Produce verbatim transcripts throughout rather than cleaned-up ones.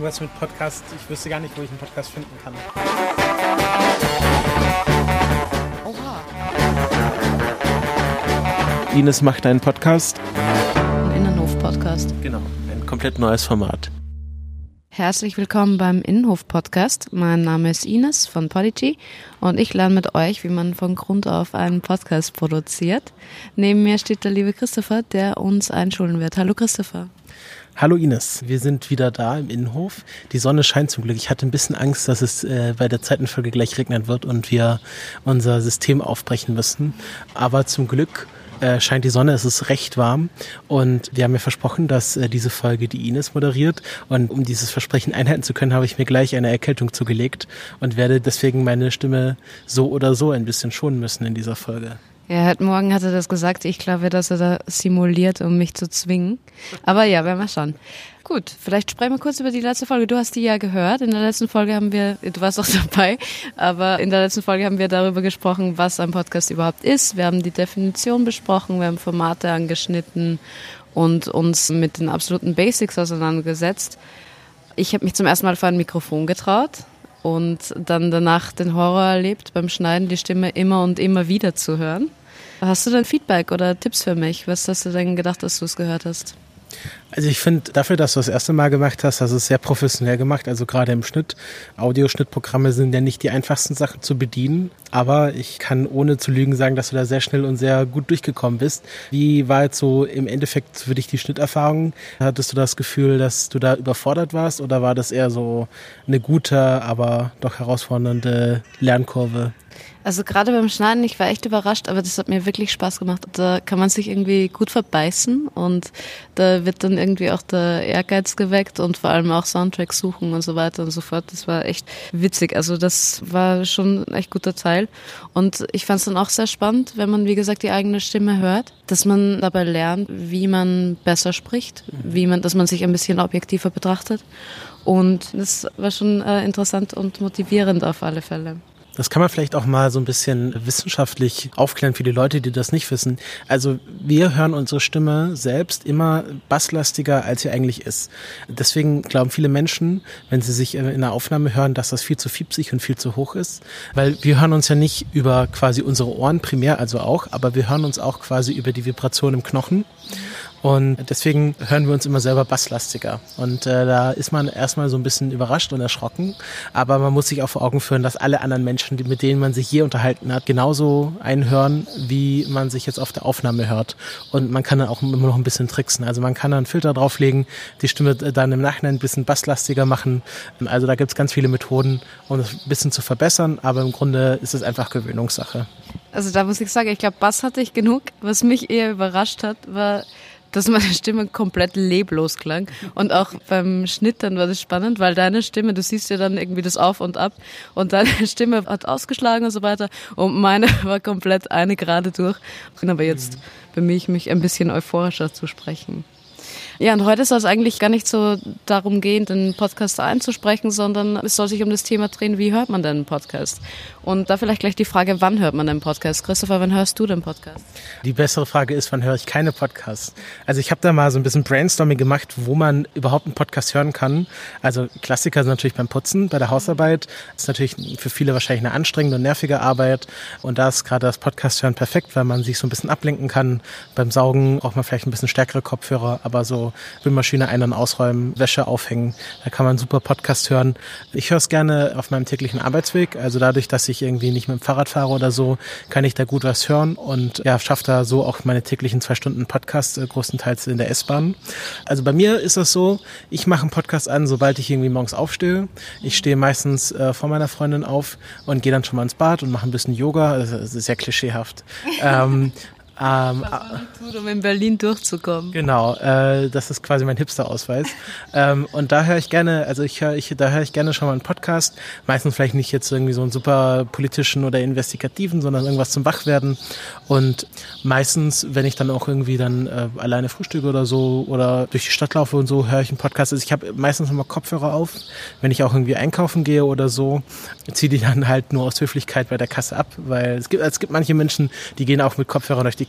irgendwas mit Podcast. Ich wüsste gar nicht, wo ich einen Podcast finden kann. Oha. Ines macht einen Podcast. Ein Innenhof-Podcast. Genau, ein komplett neues Format. Herzlich willkommen beim Innenhof-Podcast. Mein Name ist Ines von Podigy und ich lerne mit euch, wie man von Grund auf einen Podcast produziert. Neben mir steht der liebe Christopher, der uns einschulen wird. Hallo Christopher. Hallo Ines, wir sind wieder da im Innenhof. Die Sonne scheint zum Glück. Ich hatte ein bisschen Angst, dass es äh, bei der zweiten Folge gleich regnen wird und wir unser System aufbrechen müssen. Aber zum Glück äh, scheint die Sonne, es ist recht warm und wir haben mir versprochen, dass äh, diese Folge die Ines moderiert und um dieses Versprechen einhalten zu können, habe ich mir gleich eine Erkältung zugelegt und werde deswegen meine Stimme so oder so ein bisschen schonen müssen in dieser Folge. Ja, heute Morgen hat er das gesagt. Ich glaube, dass er da simuliert, um mich zu zwingen. Aber ja, werden wir schauen. Gut, vielleicht sprechen wir kurz über die letzte Folge. Du hast die ja gehört. In der letzten Folge haben wir, du warst auch dabei, aber in der letzten Folge haben wir darüber gesprochen, was ein Podcast überhaupt ist. Wir haben die Definition besprochen, wir haben Formate angeschnitten und uns mit den absoluten Basics auseinandergesetzt. Ich habe mich zum ersten Mal vor ein Mikrofon getraut. Und dann danach den Horror erlebt, beim Schneiden die Stimme immer und immer wieder zu hören. Hast du denn Feedback oder Tipps für mich? Was hast du denn gedacht, dass du es gehört hast? Also ich finde, dafür, dass du das erste Mal gemacht hast, hast du es sehr professionell gemacht, also gerade im Schnitt. Audioschnittprogramme sind ja nicht die einfachsten Sachen zu bedienen, aber ich kann ohne zu lügen sagen, dass du da sehr schnell und sehr gut durchgekommen bist. Wie war jetzt so im Endeffekt für dich die Schnitterfahrung? Hattest du das Gefühl, dass du da überfordert warst oder war das eher so eine gute, aber doch herausfordernde Lernkurve? Also gerade beim Schneiden, ich war echt überrascht, aber das hat mir wirklich Spaß gemacht. Da kann man sich irgendwie gut verbeißen und da wird dann irgendwie auch der Ehrgeiz geweckt und vor allem auch Soundtracks suchen und so weiter und so fort. Das war echt witzig. Also das war schon ein echt guter Teil. Und ich fand es dann auch sehr spannend, wenn man, wie gesagt, die eigene Stimme hört, dass man dabei lernt, wie man besser spricht, wie man, dass man sich ein bisschen objektiver betrachtet. Und das war schon äh, interessant und motivierend auf alle Fälle. Das kann man vielleicht auch mal so ein bisschen wissenschaftlich aufklären für die Leute, die das nicht wissen. Also wir hören unsere Stimme selbst immer basslastiger, als sie eigentlich ist. Deswegen glauben viele Menschen, wenn sie sich in einer Aufnahme hören, dass das viel zu fiepsig und viel zu hoch ist. Weil wir hören uns ja nicht über quasi unsere Ohren primär, also auch, aber wir hören uns auch quasi über die Vibration im Knochen. Und deswegen hören wir uns immer selber basslastiger. Und äh, da ist man erstmal so ein bisschen überrascht und erschrocken. Aber man muss sich auch vor Augen führen, dass alle anderen Menschen, die, mit denen man sich je unterhalten hat, genauso einhören, wie man sich jetzt auf der Aufnahme hört. Und man kann dann auch immer noch ein bisschen tricksen. Also man kann da einen Filter drauflegen, die Stimme dann im Nachhinein ein bisschen basslastiger machen. Also da gibt's ganz viele Methoden, um das ein bisschen zu verbessern. Aber im Grunde ist es einfach Gewöhnungssache. Also da muss ich sagen, ich glaube, Bass hatte ich genug. Was mich eher überrascht hat, war, dass meine Stimme komplett leblos klang. Und auch beim Schnitt dann war das spannend, weil deine Stimme, du siehst ja dann irgendwie das Auf und Ab und deine Stimme hat ausgeschlagen und so weiter und meine war komplett eine gerade durch. Aber jetzt bemühe ich mich ein bisschen euphorischer zu sprechen. Ja, und heute soll es eigentlich gar nicht so darum gehen, den Podcast einzusprechen, sondern es soll sich um das Thema drehen, wie hört man denn einen Podcast? Und da vielleicht gleich die Frage, wann hört man den Podcast? Christopher, wann hörst du den Podcast? Die bessere Frage ist, wann höre ich keine Podcasts? Also ich habe da mal so ein bisschen Brainstorming gemacht, wo man überhaupt einen Podcast hören kann. Also Klassiker sind natürlich beim Putzen, bei der Hausarbeit. Das ist natürlich für viele wahrscheinlich eine anstrengende und nervige Arbeit. Und da ist gerade das Podcast hören perfekt, weil man sich so ein bisschen ablenken kann. Beim Saugen braucht man vielleicht ein bisschen stärkere Kopfhörer, aber so Spülmaschine ein- und ausräumen, Wäsche aufhängen, da kann man super Podcast hören. Ich höre es gerne auf meinem täglichen Arbeitsweg, also dadurch, dass ich irgendwie nicht mit dem Fahrrad fahre oder so, kann ich da gut was hören und ja, schaffe da so auch meine täglichen zwei Stunden Podcast, äh, größtenteils in der S-Bahn. Also bei mir ist das so, ich mache einen Podcast an, sobald ich irgendwie morgens aufstehe. Ich stehe meistens äh, vor meiner Freundin auf und gehe dann schon mal ins Bad und mache ein bisschen Yoga, das ist sehr klischeehaft. ähm, Ähm, Was man tut, um in Berlin durchzukommen. Genau, äh, das ist quasi mein Hipster-Ausweis. ähm, und da höre ich gerne, also ich höre, ich, da höre ich gerne schon mal einen Podcast. Meistens vielleicht nicht jetzt irgendwie so einen super politischen oder investigativen, sondern irgendwas zum Wachwerden. Und meistens, wenn ich dann auch irgendwie dann äh, alleine frühstücke oder so oder durch die Stadt laufe und so, höre ich einen Podcast. Also ich habe meistens immer Kopfhörer auf, wenn ich auch irgendwie einkaufen gehe oder so, ziehe die dann halt nur aus Höflichkeit bei der Kasse ab, weil es gibt, es gibt manche Menschen, die gehen auch mit Kopfhörern durch die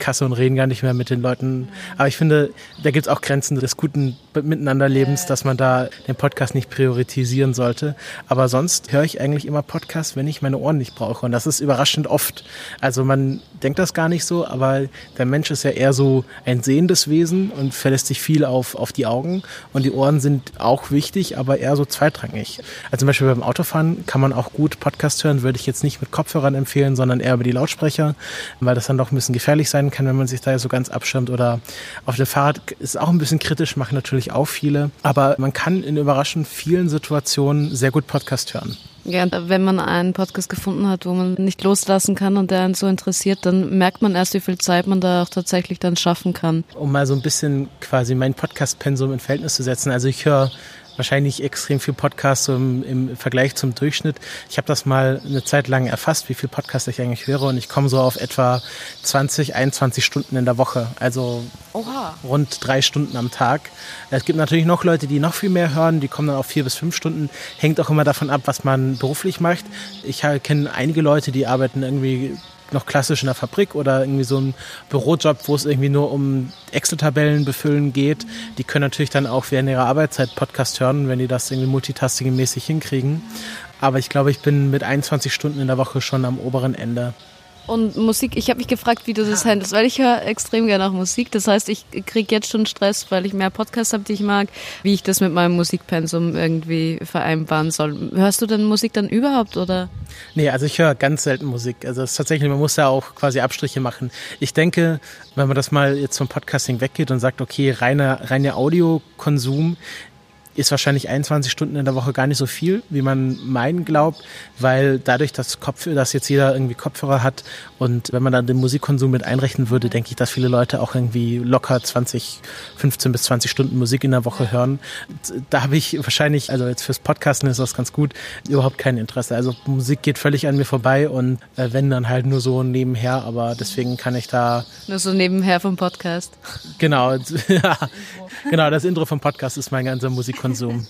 Kasse und reden gar nicht mehr mit den Leuten. Aber ich finde, da gibt es auch Grenzen des guten Miteinanderlebens, dass man da den Podcast nicht priorisieren sollte. Aber sonst höre ich eigentlich immer Podcasts, wenn ich meine Ohren nicht brauche. Und das ist überraschend oft. Also man denkt das gar nicht so, aber der Mensch ist ja eher so ein sehendes Wesen und verlässt sich viel auf, auf die Augen. Und die Ohren sind auch wichtig, aber eher so zweitrangig. Also zum Beispiel beim Autofahren kann man auch gut Podcast hören, würde ich jetzt nicht mit Kopfhörern empfehlen, sondern eher über die Lautsprecher, weil das dann doch ein bisschen gefährlich sein kann, wenn man sich da so ganz abschirmt. Oder auf dem Fahrrad ist auch ein bisschen kritisch, machen natürlich auch viele. Aber man kann in überraschend vielen Situationen sehr gut Podcast hören. Ja, wenn man einen Podcast gefunden hat, wo man nicht loslassen kann und der einen so interessiert, dann merkt man erst, wie viel Zeit man da auch tatsächlich dann schaffen kann. Um mal so ein bisschen quasi mein Podcast-Pensum in Verhältnis zu setzen. Also ich höre wahrscheinlich extrem viel Podcasts so im, im Vergleich zum Durchschnitt. Ich habe das mal eine Zeit lang erfasst, wie viel Podcasts ich eigentlich höre, und ich komme so auf etwa zwanzig, einundzwanzig Stunden in der Woche, also Oha. Rund drei Stunden am Tag. Es gibt natürlich noch Leute, die noch viel mehr hören, die kommen dann auf vier bis fünf Stunden, hängt auch immer davon ab, was man beruflich macht. Ich kenne einige Leute, die arbeiten irgendwie noch klassisch in der Fabrik oder irgendwie so ein Bürojob, wo es irgendwie nur um Excel-Tabellen befüllen geht. Die können natürlich dann auch während ihrer Arbeitszeit Podcast hören, wenn die das irgendwie multitasking-mäßig hinkriegen. Aber ich glaube, ich bin mit einundzwanzig Stunden in der Woche schon am oberen Ende. Und Musik, ich habe mich gefragt, wie du das handelst, weil ich höre extrem gerne auch Musik. Das heißt, ich kriege jetzt schon Stress, weil ich mehr Podcasts habe, die ich mag, wie ich das mit meinem Musikpensum irgendwie vereinbaren soll. Hörst du denn Musik dann überhaupt, oder? Nee, also ich höre ganz selten Musik. Also es ist tatsächlich, man muss ja auch quasi Abstriche machen. Ich denke, wenn man das mal jetzt vom Podcasting weggeht und sagt, okay, reiner, reiner Audiokonsum, ist wahrscheinlich einundzwanzig Stunden in der Woche gar nicht so viel, wie man meinen glaubt, weil dadurch, dass, Kopf, dass jetzt jeder irgendwie Kopfhörer hat und wenn man dann den Musikkonsum mit einrechnen würde, denke ich, dass viele Leute auch irgendwie locker zwanzig, fünfzehn bis zwanzig Stunden Musik in der Woche hören. Da habe ich wahrscheinlich, also jetzt fürs Podcasten ist das ganz gut, überhaupt kein Interesse. Also Musik geht völlig an mir vorbei und äh, wenn dann halt nur so nebenher, aber deswegen kann ich da... Nur so nebenher vom Podcast. Genau, ja, genau, das Intro vom Podcast ist mein ganzer Musikkonsum.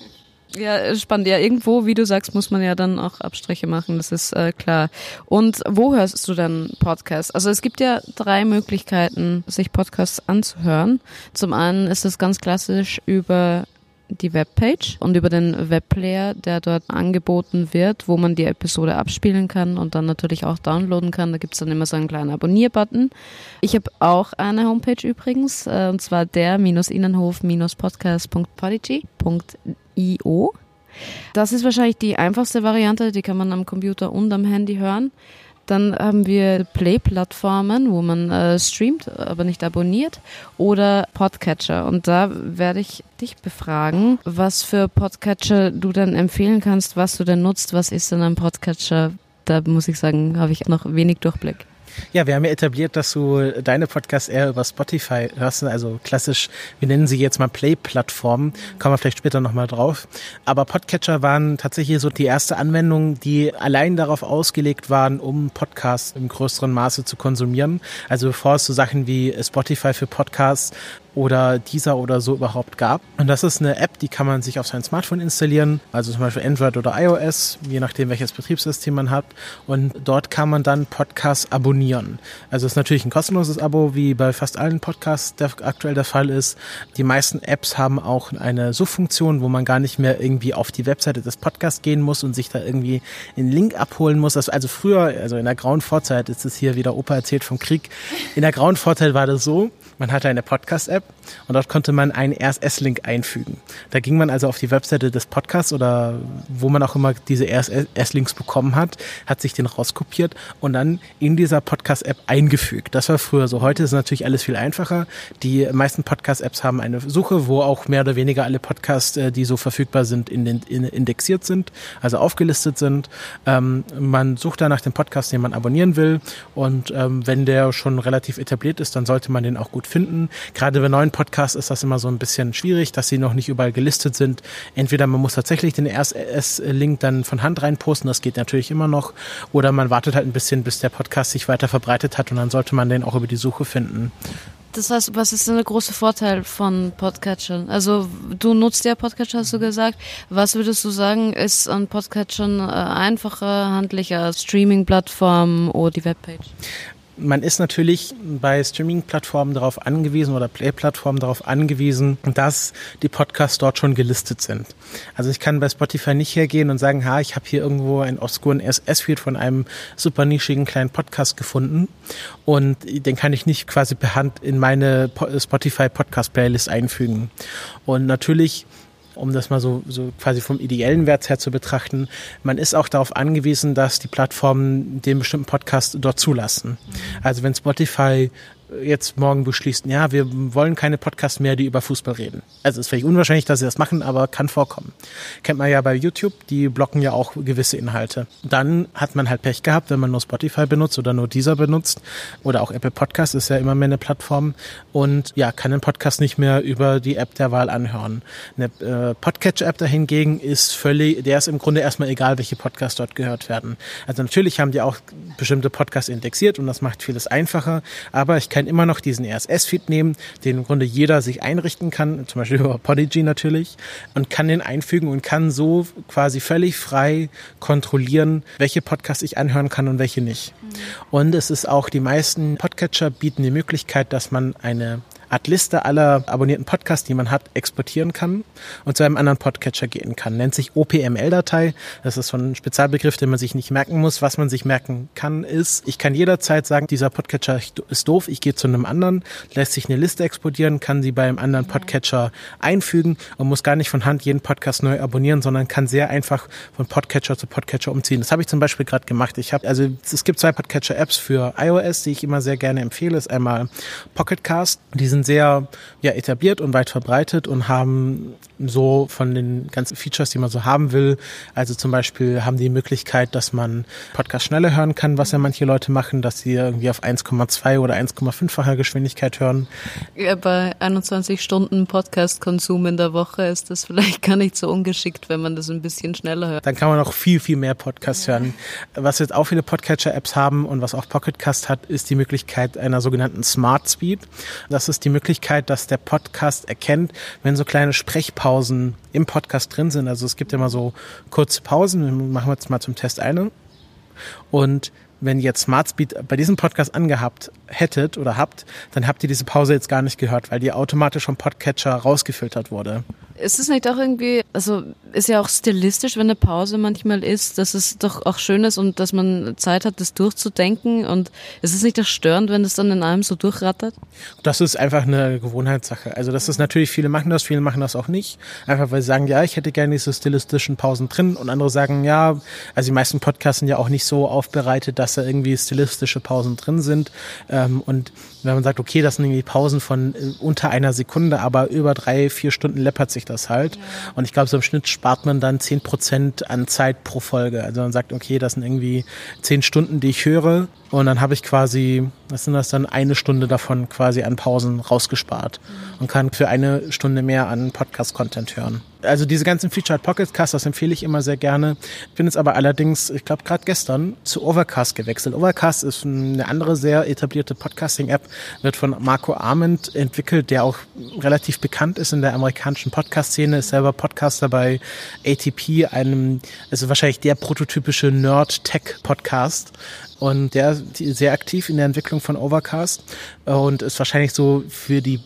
Ja, spannend. Ja, irgendwo, wie du sagst, muss man ja dann auch Abstriche machen, das ist äh, klar. Und wo hörst du dann Podcasts? Also es gibt ja drei Möglichkeiten, sich Podcasts anzuhören. Zum einen ist es ganz klassisch über die Webpage und über den Webplayer, der dort angeboten wird, wo man die Episode abspielen kann und dann natürlich auch downloaden kann. Da gibt's dann immer so einen kleinen Abonnier-Button. Ich habe auch eine Homepage übrigens, äh, und zwar der-innenhof-podcast punkt podigy punkt io. Das ist wahrscheinlich die einfachste Variante, die kann man am Computer und am Handy hören. Dann haben wir Play-Plattformen, wo man äh, streamt, aber nicht abonniert, oder Podcatcher. Und da werde ich dich befragen, was für Podcatcher du dann empfehlen kannst, was du denn nutzt, was ist denn ein Podcatcher? Da muss ich sagen, habe ich noch wenig Durchblick. Ja, wir haben ja etabliert, dass du deine Podcasts eher über Spotify hörst, also klassisch, wir nennen sie jetzt mal Play-Plattformen, kommen wir vielleicht später nochmal drauf. Aber Podcatcher waren tatsächlich so die erste Anwendung, die allein darauf ausgelegt waren, um Podcasts im größeren Maße zu konsumieren. Also bevor es so Sachen wie Spotify für Podcasts oder Deezer oder so überhaupt gab. Und das ist eine App, die kann man sich auf sein Smartphone installieren, also zum Beispiel Android oder iOS, je nachdem welches Betriebssystem man hat. Und dort kann man dann Podcasts abonnieren. Also es ist natürlich ein kostenloses Abo, wie bei fast allen Podcasts der aktuell der Fall ist. Die meisten Apps haben auch eine Suchfunktion, wo man gar nicht mehr irgendwie auf die Webseite des Podcasts gehen muss und sich da irgendwie einen Link abholen muss. Also früher, also in der grauen Vorzeit, jetzt ist hier wieder Opa erzählt vom Krieg, in der grauen Vorzeit war das so, man hatte eine Podcast-App und dort konnte man einen R S S-Link einfügen. Da ging man also auf die Webseite des Podcasts oder wo man auch immer diese R S S-Links bekommen hat, hat sich den rauskopiert und dann in dieser Podcast-App eingefügt. Das war früher so. Heute ist natürlich alles viel einfacher. Die meisten Podcast-Apps haben eine Suche, wo auch mehr oder weniger alle Podcasts, die so verfügbar sind, indexiert sind, also aufgelistet sind. Ähm, man sucht da nach dem Podcast, den man abonnieren will und ähm, wenn der schon relativ etabliert ist, dann sollte man den auch gut finden. Gerade bei neuen Podcasts ist das immer so ein bisschen schwierig, dass sie noch nicht überall gelistet sind. Entweder man muss tatsächlich den R S S-Link dann von Hand reinposten, das geht natürlich immer noch, oder man wartet halt ein bisschen, bis der Podcast sich weiter verbreitet hat und dann sollte man den auch über die Suche finden. Das heißt, was ist denn der große Vorteil von Podcatchern? Also du nutzt ja Podcatcher, hast du gesagt. Was würdest du sagen, ist an Podcatchern einfacher, handlicher als Streaming-Plattformen oder die Webpage? man ist natürlich bei Streaming-Plattformen darauf angewiesen oder Play-Plattformen darauf angewiesen, dass die Podcasts dort schon gelistet sind. Also ich kann bei Spotify nicht hergehen und sagen, ha, ich habe hier irgendwo einen obskuren R S S-Feed von einem super nischigen kleinen Podcast gefunden und den kann ich nicht quasi per Hand in meine Spotify-Podcast-Playlist einfügen. Und natürlich, um das mal so, so quasi vom ideellen Wert her zu betrachten, man ist auch darauf angewiesen, dass die Plattformen den bestimmten Podcast dort zulassen. Also wenn Spotify jetzt morgen beschließt, ja, wir wollen keine Podcasts mehr, die über Fußball reden. Also es ist vielleicht unwahrscheinlich, dass sie das machen, aber kann vorkommen. Kennt man ja bei YouTube, die blocken ja auch gewisse Inhalte. Dann hat man halt Pech gehabt, wenn man nur Spotify benutzt oder nur Deezer benutzt oder auch Apple Podcast ist ja immer mehr eine Plattform und ja, kann den Podcast nicht mehr über die App der Wahl anhören. Eine äh, Podcatcher-App dahingegen ist völlig, der ist im Grunde erstmal egal, welche Podcasts dort gehört werden. Also natürlich haben die auch bestimmte Podcasts indexiert und das macht vieles einfacher, aber ich kann immer noch diesen R S S-Feed nehmen, den im Grunde jeder sich einrichten kann, zum Beispiel über Podigy natürlich, und kann den einfügen und kann so quasi völlig frei kontrollieren, welche Podcasts ich anhören kann und welche nicht. Mhm. Und es ist auch, die meisten Podcatcher bieten die Möglichkeit, dass man eine Art Liste aller abonnierten Podcasts, die man hat, exportieren kann und zu einem anderen Podcatcher gehen kann. Nennt sich O P M L-Datei. Das ist so ein Spezialbegriff, den man sich nicht merken muss. Was man sich merken kann, ist, ich kann jederzeit sagen, dieser Podcatcher ist doof, ich gehe zu einem anderen, lässt sich eine Liste exportieren, kann sie beim anderen Podcatcher einfügen und muss gar nicht von Hand jeden Podcast neu abonnieren, sondern kann sehr einfach von Podcatcher zu Podcatcher umziehen. Das habe ich zum Beispiel gerade gemacht. Ich habe, also es gibt zwei Podcatcher-Apps für iOS, die ich immer sehr gerne empfehle. Das ist einmal Pocket Cast. Die sind sehr ja, etabliert und weit verbreitet und haben so von den ganzen Features, die man so haben will, also zum Beispiel haben die Möglichkeit, dass man Podcast schneller hören kann, was ja manche Leute machen, dass sie irgendwie auf eins Komma zwei oder eins Komma fünffacher Geschwindigkeit hören. Ja, bei einundzwanzig Stunden Podcast-Konsum in der Woche ist das vielleicht gar nicht so ungeschickt, wenn man das ein bisschen schneller hört. Dann kann man auch viel, viel mehr Podcasts ja. hören. Was jetzt auch viele Podcatcher-Apps haben und was auch Pocketcast hat, ist die Möglichkeit einer sogenannten Smart Speed. Das ist die Möglichkeit, dass der Podcast erkennt, wenn so kleine Sprechpausen im Podcast drin sind. Also es gibt ja immer so kurze Pausen. Machen wir jetzt mal zum Test eine. Und wenn ihr jetzt Smart Speed bei diesem Podcast angehabt hättet oder habt, dann habt ihr diese Pause jetzt gar nicht gehört, weil die automatisch vom Podcatcher rausgefiltert wurde. Ist es nicht auch irgendwie, also ist ja auch stilistisch, wenn eine Pause manchmal ist, dass es doch auch schön ist und dass man Zeit hat, das durchzudenken, und ist es nicht auch störend, wenn das dann in einem so durchrattert? Das ist einfach eine Gewohnheitssache. Also das ist natürlich, viele machen das, viele machen das auch nicht. Einfach weil sie sagen, ja, ich hätte gerne diese stilistischen Pausen drin, und andere sagen, ja, also die meisten Podcasts sind ja auch nicht so aufbereitet, dass da irgendwie stilistische Pausen drin sind. Und wenn man sagt, okay, das sind irgendwie Pausen von unter einer Sekunde, aber über drei, vier Stunden läppert sich das halt. Ja. Und ich glaube, so im Schnitt spart man dann zehn Prozent an Zeit pro Folge. Also man sagt, okay, das sind irgendwie zehn Stunden, die ich höre. Und dann habe ich quasi, was sind das dann, eine Stunde davon quasi an Pausen rausgespart mhm. und kann für eine Stunde mehr an Podcast-Content hören. Also diese ganzen Featured Pocketcasts, das empfehle ich immer sehr gerne. Ich bin jetzt aber allerdings, ich glaube gerade gestern, zu Overcast gewechselt. Overcast ist eine andere sehr etablierte Podcasting-App, wird von Marco Arment entwickelt, der auch relativ bekannt ist in der amerikanischen Podcast-Szene, ist selber Podcaster bei A T P, einem, also wahrscheinlich der prototypische Nerd-Tech-Podcast. Und der ist sehr aktiv in der Entwicklung von Overcast und ist wahrscheinlich so für die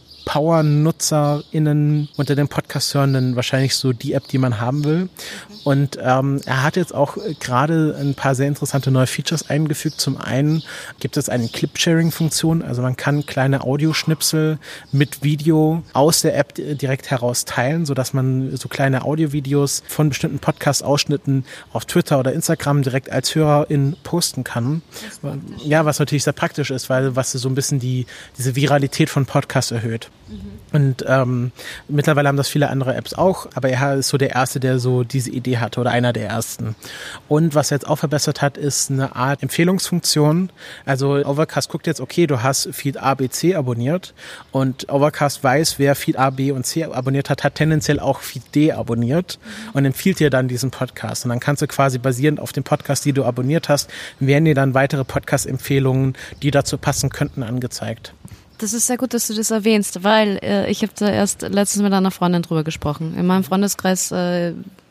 Power-NutzerInnen unter den Podcast-Hörenden wahrscheinlich so die App, die man haben will. Und ähm, er hat jetzt auch gerade ein paar sehr interessante neue Features eingefügt. Zum einen gibt es eine Clip-Sharing-Funktion, also man kann kleine Audioschnipsel mit Video aus der App direkt heraus teilen, sodass man so kleine Audiovideos von bestimmten Podcast-Ausschnitten auf Twitter oder Instagram direkt als Hörerin posten kann. Ja, was natürlich sehr praktisch ist, weil was so ein bisschen die diese Viralität von Podcasts erhöht. Mhm. Und ähm, mittlerweile haben das viele andere Apps auch, aber er ist so der Erste, der so diese Idee hatte oder einer der Ersten. Und was er jetzt auch verbessert hat, ist eine Art Empfehlungsfunktion. Also Overcast guckt jetzt, okay, du hast Feed A, B, C abonniert, und Overcast weiß, wer Feed A, B und C abonniert hat, hat tendenziell auch Feed D abonniert und empfiehlt dir dann diesen Podcast. Und dann kannst du quasi basierend auf dem Podcast, die du abonniert hast, werden dir dann weitere Podcast-Empfehlungen, die dazu passen könnten, angezeigt. Das ist sehr gut, dass du das erwähnst, weil äh, ich habe da erst letztens mit einer Freundin drüber gesprochen. In meinem Freundeskreis äh,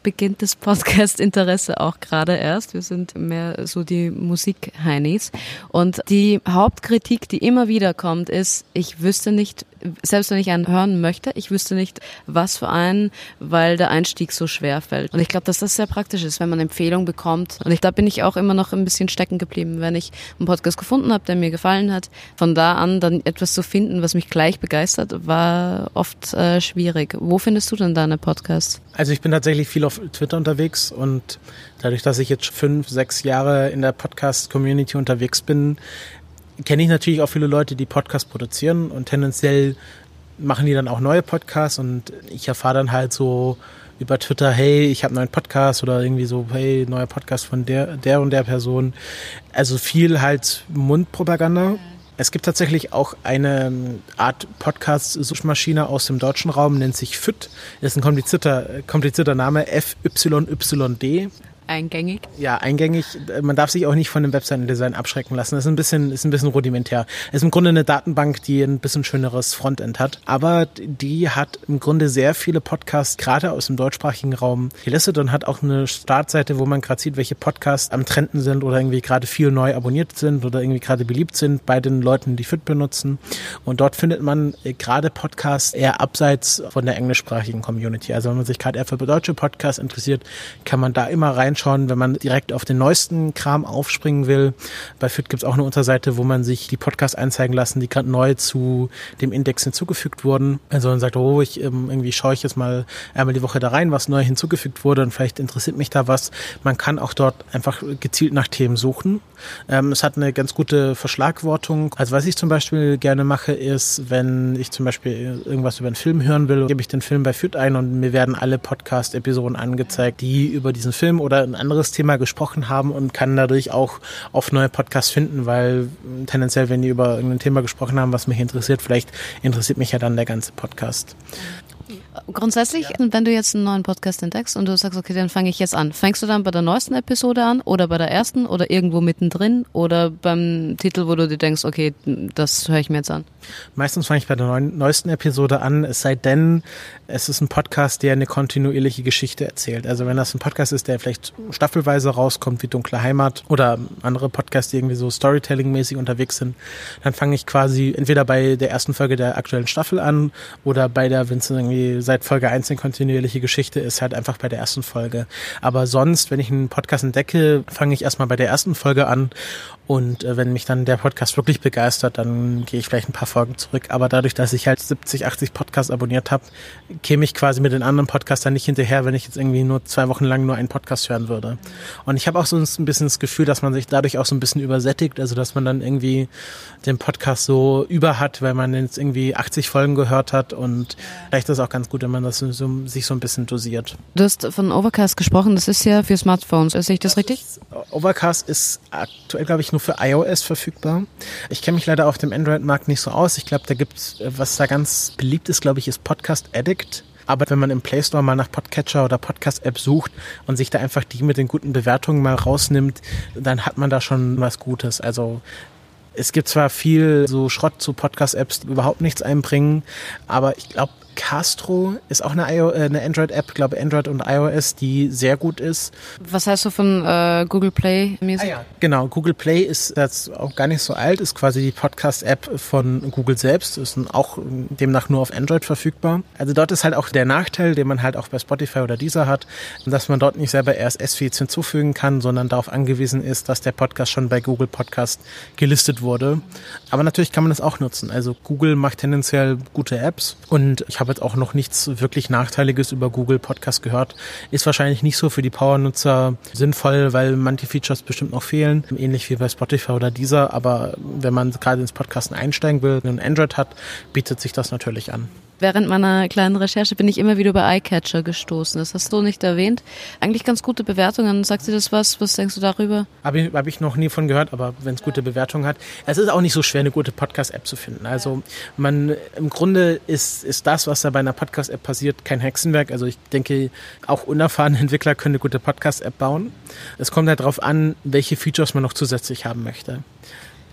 beginnt das Podcast-Interesse auch gerade erst. Wir sind mehr so die Musik-Heinis. Und die Hauptkritik, die immer wieder kommt, ist, ich wüsste nicht, selbst wenn ich einen hören möchte, ich wüsste nicht, was für einen, weil der Einstieg so schwer fällt. Und ich glaube, dass das sehr praktisch ist, wenn man Empfehlungen bekommt. Und ich, da bin ich auch immer noch ein bisschen stecken geblieben, wenn ich einen Podcast gefunden habe, der mir gefallen hat. Von da an dann etwas zu finden, was mich gleich begeistert, war oft äh, schwierig. Wo findest du denn deine Podcasts? Also ich bin tatsächlich viel auf Twitter unterwegs und dadurch, dass ich jetzt fünf, sechs Jahre in der Podcast-Community unterwegs bin, kenne ich natürlich auch viele Leute, die Podcasts produzieren und tendenziell machen die dann auch neue Podcasts und ich erfahre dann halt so über Twitter, hey, ich habe einen neuen Podcast oder irgendwie so, hey, neuer Podcast von der, der und der Person. Also viel halt Mundpropaganda. Es gibt tatsächlich auch eine Art Podcast-Suchmaschine aus dem deutschen Raum, nennt sich F Y D. Das ist ein komplizierter, komplizierter Name, F Y Y D. Eingängig? Ja, eingängig. Man darf sich auch nicht von dem Webseitendesign abschrecken lassen. Das ist ein bisschen, ist ein bisschen rudimentär. Es ist im Grunde eine Datenbank, die ein bisschen schöneres Frontend hat. Aber die hat im Grunde sehr viele Podcasts, gerade aus dem deutschsprachigen Raum, gelistet und hat auch eine Startseite, wo man gerade sieht, welche Podcasts am Trenden sind oder irgendwie gerade viel neu abonniert sind oder irgendwie gerade beliebt sind bei den Leuten, die F Y D benutzen. Und dort findet man gerade Podcasts eher abseits von der englischsprachigen Community. Also wenn man sich gerade eher für deutsche Podcasts interessiert, kann man da immer rein schauen, wenn man direkt auf den neuesten Kram aufspringen will. Bei F Y D gibt es auch eine Unterseite, wo man sich die Podcasts einzeigen lassen, die gerade neu zu dem Index hinzugefügt wurden. Also man sagt, oh, ich ähm, irgendwie schaue ich jetzt mal einmal die Woche da rein, was neu hinzugefügt wurde und vielleicht interessiert mich da was. Man kann auch dort einfach gezielt nach Themen suchen. Ähm, es hat eine ganz gute Verschlagwortung. Also was ich zum Beispiel gerne mache, ist, wenn ich zum Beispiel irgendwas über einen Film hören will, gebe ich den Film bei F Y D ein und mir werden alle Podcast-Episoden angezeigt, die über diesen Film oder ein anderes Thema gesprochen haben und kann dadurch auch auf neue Podcasts finden, weil tendenziell, wenn die über irgendein Thema gesprochen haben, was mich interessiert, vielleicht interessiert mich ja dann der ganze Podcast. Grundsätzlich, ja. Wenn du jetzt einen neuen Podcast entdeckst und du sagst, okay, dann fange ich jetzt an. Fängst du dann bei der neuesten Episode an oder bei der ersten oder irgendwo mittendrin oder beim Titel, wo du dir denkst, okay, das höre ich mir jetzt an? Meistens fange ich bei der neuen, neuesten Episode an, es sei denn, es ist ein Podcast, der eine kontinuierliche Geschichte erzählt. Also wenn das ein Podcast ist, der vielleicht staffelweise rauskommt, wie Dunkle Heimat oder andere Podcasts, die irgendwie so Storytelling-mäßig unterwegs sind, dann fange ich quasi entweder bei der ersten Folge der aktuellen Staffel an oder bei der, wenn es irgendwie seit Folge eins eine kontinuierliche Geschichte ist, halt einfach bei der ersten Folge. Aber sonst, wenn ich einen Podcast entdecke, fange ich erstmal bei der ersten Folge an und äh, wenn mich dann der Podcast wirklich begeistert, dann gehe ich vielleicht ein paar Folgen zurück. Aber dadurch, dass ich halt siebzig, achtzig Podcasts abonniert habe, käme ich quasi mit den anderen Podcastern nicht hinterher, wenn ich jetzt irgendwie nur zwei Wochen lang nur einen Podcast hören würde. Und ich habe auch so ein bisschen das Gefühl, dass man sich dadurch auch so ein bisschen übersättigt, also dass man dann irgendwie den Podcast so über hat, weil man jetzt irgendwie achtzig Folgen gehört hat und vielleicht ist es auch ganz gut, wenn man das so, sich so ein bisschen dosiert. Du hast von Overcast gesprochen, das ist ja für Smartphones, sehe ich das, das richtig? Ist, Overcast ist aktuell, glaube ich, nur für iOS verfügbar. Ich kenne mich leider auf dem Android-Markt nicht so aus. Ich glaube, da gibt's, was da ganz beliebt ist, glaube ich, ist Podcast Addict. Aber wenn man im Play Store mal nach Podcatcher oder Podcast-App sucht und sich da einfach die mit den guten Bewertungen mal rausnimmt, dann hat man da schon was Gutes. Also es gibt zwar viel so Schrott zu Podcast-Apps, die überhaupt nichts einbringen, aber ich glaube, Castro ist auch eine, eine Android-App, glaube Android und iOS, die sehr gut ist. Was heißt du von äh, Google Play mäßig? Ah ja, genau. Google Play ist jetzt auch gar nicht so alt, ist quasi die Podcast-App von Google selbst, ist auch demnach nur auf Android verfügbar. Also dort ist halt auch der Nachteil, den man halt auch bei Spotify oder Deezer hat, dass man dort nicht selber R S S-Feeds hinzufügen kann, sondern darauf angewiesen ist, dass der Podcast schon bei Google Podcast gelistet wurde. Aber natürlich kann man das auch nutzen. Also Google macht tendenziell gute Apps und ich habe habe jetzt auch noch nichts wirklich Nachteiliges über Google Podcast gehört. Ist wahrscheinlich nicht so für die Power-Nutzer sinnvoll, weil manche Features bestimmt noch fehlen. Ähnlich wie bei Spotify oder Deezer. Aber wenn man gerade ins Podcasten einsteigen will und Android hat, bietet sich das natürlich an. Während meiner kleinen Recherche bin ich immer wieder bei iCatcher gestoßen. Das hast du nicht erwähnt. Eigentlich ganz gute Bewertungen. Sagt dir das was? Was denkst du darüber? Habe ich, hab ich noch nie von gehört, aber wenn es gute Bewertungen hat. Es ist auch nicht so schwer, eine gute Podcast-App zu finden. Also man im Grunde ist, ist das, was da bei einer Podcast-App passiert, kein Hexenwerk. Also ich denke, auch unerfahrene Entwickler können eine gute Podcast-App bauen. Es kommt halt darauf an, welche Features man noch zusätzlich haben möchte.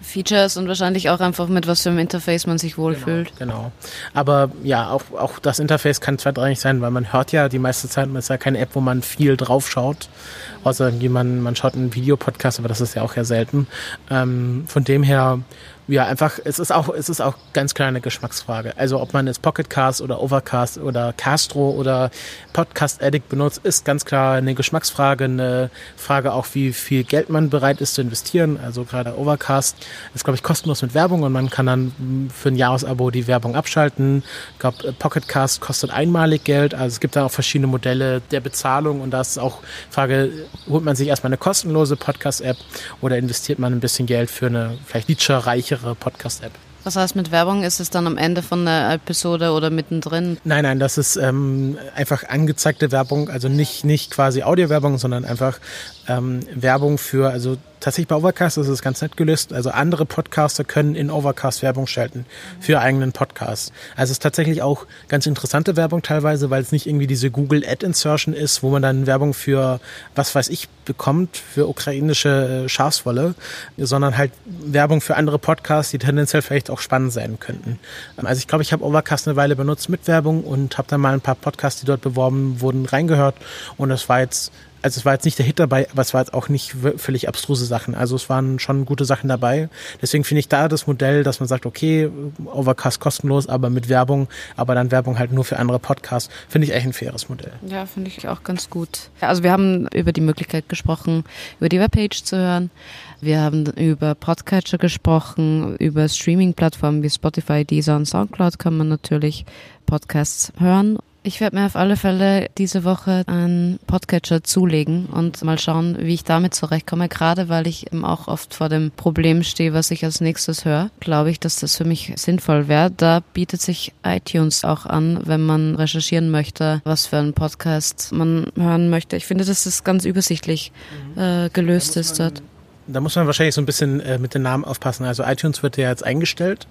Features und wahrscheinlich auch einfach mit was für einem Interface man sich wohlfühlt. Genau, genau. Aber ja, auch, auch das Interface kann zweitrangig sein, weil man hört ja die meiste Zeit, man ist ja keine App, wo man viel drauf schaut. Außer man, man schaut einen Videopodcast, aber das ist ja auch ja selten. Ähm, von dem her, ja, einfach, es ist auch, es ist auch ganz klar eine Geschmacksfrage. Also ob man jetzt Pocketcast oder Overcast oder Castro oder Podcast Addict benutzt, ist ganz klar eine Geschmacksfrage, eine Frage auch, wie viel Geld man bereit ist zu investieren. Also gerade Overcast ist, glaube ich, kostenlos mit Werbung und man kann dann für ein Jahresabo die Werbung abschalten. Ich glaube, Pocketcast kostet einmalig Geld. Also es gibt da auch verschiedene Modelle der Bezahlung und da ist auch Frage, holt man sich erstmal eine kostenlose Podcast-App oder investiert man ein bisschen Geld für eine vielleicht featurereichere Podcast-App? Was heißt mit Werbung? Ist es dann am Ende von der Episode oder mittendrin? Nein, nein, das ist ähm, einfach angezeigte Werbung, also nicht, nicht quasi Audiowerbung, sondern einfach ähm, Werbung für, also tatsächlich bei Overcast ist es ganz nett gelöst, also andere Podcaster können in Overcast Werbung schalten für eigenen Podcast. Also es ist tatsächlich auch ganz interessante Werbung teilweise, weil es nicht irgendwie diese Google Ad Insertion ist, wo man dann Werbung für, was weiß ich, bekommt, für ukrainische Schafswolle, sondern halt Werbung für andere Podcasts, die tendenziell vielleicht auch spannend sein könnten. Also ich glaube, ich habe Overcast eine Weile benutzt mit Werbung und habe dann mal ein paar Podcasts, die dort beworben wurden, reingehört und das war jetzt Also es war jetzt nicht der Hit dabei, aber es war jetzt auch nicht völlig abstruse Sachen. Also es waren schon gute Sachen dabei. Deswegen finde ich da das Modell, dass man sagt, okay, Overcast kostenlos, aber mit Werbung, aber dann Werbung halt nur für andere Podcasts, finde ich eigentlich ein faires Modell. Ja, finde ich auch ganz gut. Also wir haben über die Möglichkeit gesprochen, über die Webpage zu hören. Wir haben über Podcatcher gesprochen, über Streaming-Plattformen wie Spotify, Deezer und Soundcloud kann man natürlich Podcasts hören. Ich werde mir auf alle Fälle diese Woche einen Podcatcher zulegen und mal schauen, wie ich damit zurechtkomme. Gerade weil ich eben auch oft vor dem Problem stehe, was ich als nächstes höre, glaube ich, dass das für mich sinnvoll wäre. Da bietet sich iTunes auch an, wenn man recherchieren möchte, was für einen Podcast man hören möchte. Ich finde, dass das ganz übersichtlich äh, gelöst ist dort. Da muss man wahrscheinlich so ein bisschen äh, mit den Namen aufpassen. Also iTunes wird ja jetzt eingestellt.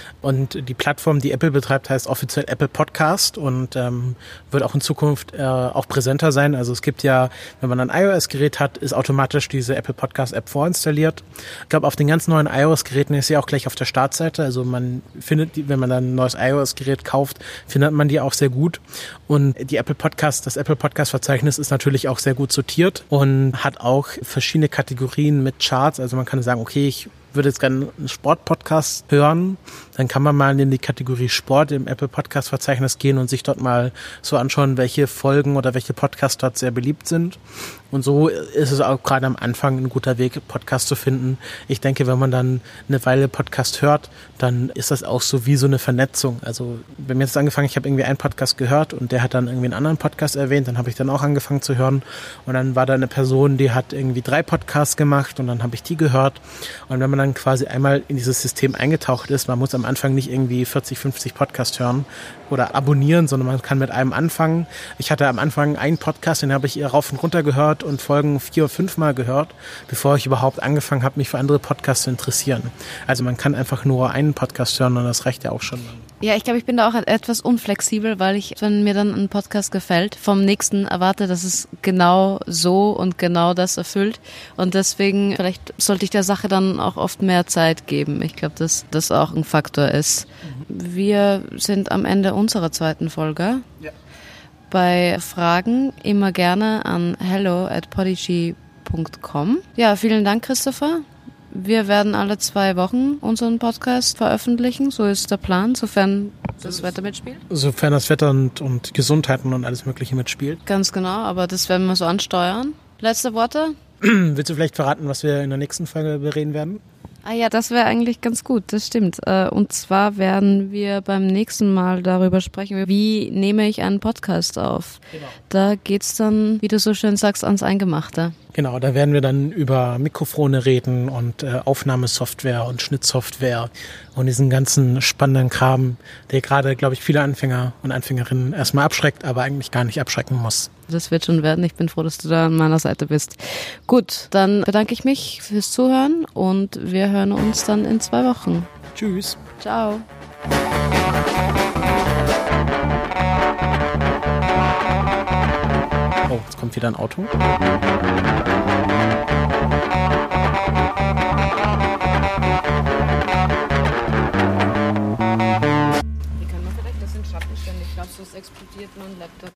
Und die Plattform, die Apple betreibt, heißt offiziell Apple Podcast und ähm, wird auch in Zukunft äh, auch präsenter sein. Also es gibt ja, wenn man ein iOS-Gerät hat, ist automatisch diese Apple Podcast-App vorinstalliert. Ich glaube, auf den ganz neuen iOS-Geräten ist sie auch gleich auf der Startseite. Also man findet die, wenn man dann ein neues iOS-Gerät kauft, findet man die auch sehr gut. Und die Apple Podcast, das Apple Podcast-Verzeichnis ist natürlich auch sehr gut sortiert und hat auch verschiedene Kategorien mit Charts. Also man kann sagen, okay, ich würde jetzt gerne einen Sport-Podcast hören, dann kann man mal in die Kategorie Sport im Apple Podcast-Verzeichnis gehen und sich dort mal so anschauen, welche Folgen oder welche Podcasts dort sehr beliebt sind. Und so ist es auch gerade am Anfang ein guter Weg, Podcast zu finden. Ich denke, wenn man dann eine Weile Podcast hört, dann ist das auch so wie so eine Vernetzung. Also bei mir hat es angefangen, ich habe irgendwie einen Podcast gehört und der hat dann irgendwie einen anderen Podcast erwähnt, dann habe ich dann auch angefangen zu hören und dann war da eine Person, die hat irgendwie drei Podcasts gemacht und dann habe ich die gehört. Und wenn man dann quasi einmal in dieses System eingetaucht ist, man muss am Anfang nicht irgendwie vierzig, fünfzig Podcasts hören oder abonnieren, sondern man kann mit einem anfangen. Ich hatte am Anfang einen Podcast, den habe ich rauf und runter gehört und Folgen vier oder fünf Mal gehört, bevor ich überhaupt angefangen habe, mich für andere Podcasts zu interessieren. Also man kann einfach nur einen Podcast hören und das reicht ja auch schon. Ja, ich glaube, ich bin da auch etwas unflexibel, weil ich, wenn mir dann ein Podcast gefällt, vom nächsten erwarte, dass es genau so und genau das erfüllt. Und deswegen, vielleicht sollte ich der Sache dann auch oft mehr Zeit geben. Ich glaube, dass das auch ein Faktor ist. Wir sind am Ende unserer zweiten Folge. Ja. Bei Fragen immer gerne an hello at podigy punkt com. Ja, vielen Dank, Christopher. Wir werden alle zwei Wochen unseren Podcast veröffentlichen. So ist der Plan, sofern das Wetter mitspielt. Sofern das Wetter und, und Gesundheiten und alles Mögliche mitspielt. Ganz genau, aber das werden wir so ansteuern. Letzte Worte? Willst du vielleicht verraten, was wir in der nächsten Folge bereden werden? Ah ja, das wäre eigentlich ganz gut, das stimmt. Und zwar werden wir beim nächsten Mal darüber sprechen, wie nehme ich einen Podcast auf. Genau. Da geht's dann, wie du so schön sagst, ans Eingemachte. Genau, da werden wir dann über Mikrofone reden und äh, Aufnahmesoftware und Schnittsoftware und diesen ganzen spannenden Kram, der gerade, glaube ich, viele Anfänger und Anfängerinnen erstmal abschreckt, aber eigentlich gar nicht abschrecken muss. Das wird schon werden. Ich bin froh, dass du da an meiner Seite bist. Gut, dann bedanke ich mich fürs Zuhören und wir hören uns dann in zwei Wochen. Tschüss. Ciao. Oh, jetzt kommt wieder ein Auto. installiert man Laptop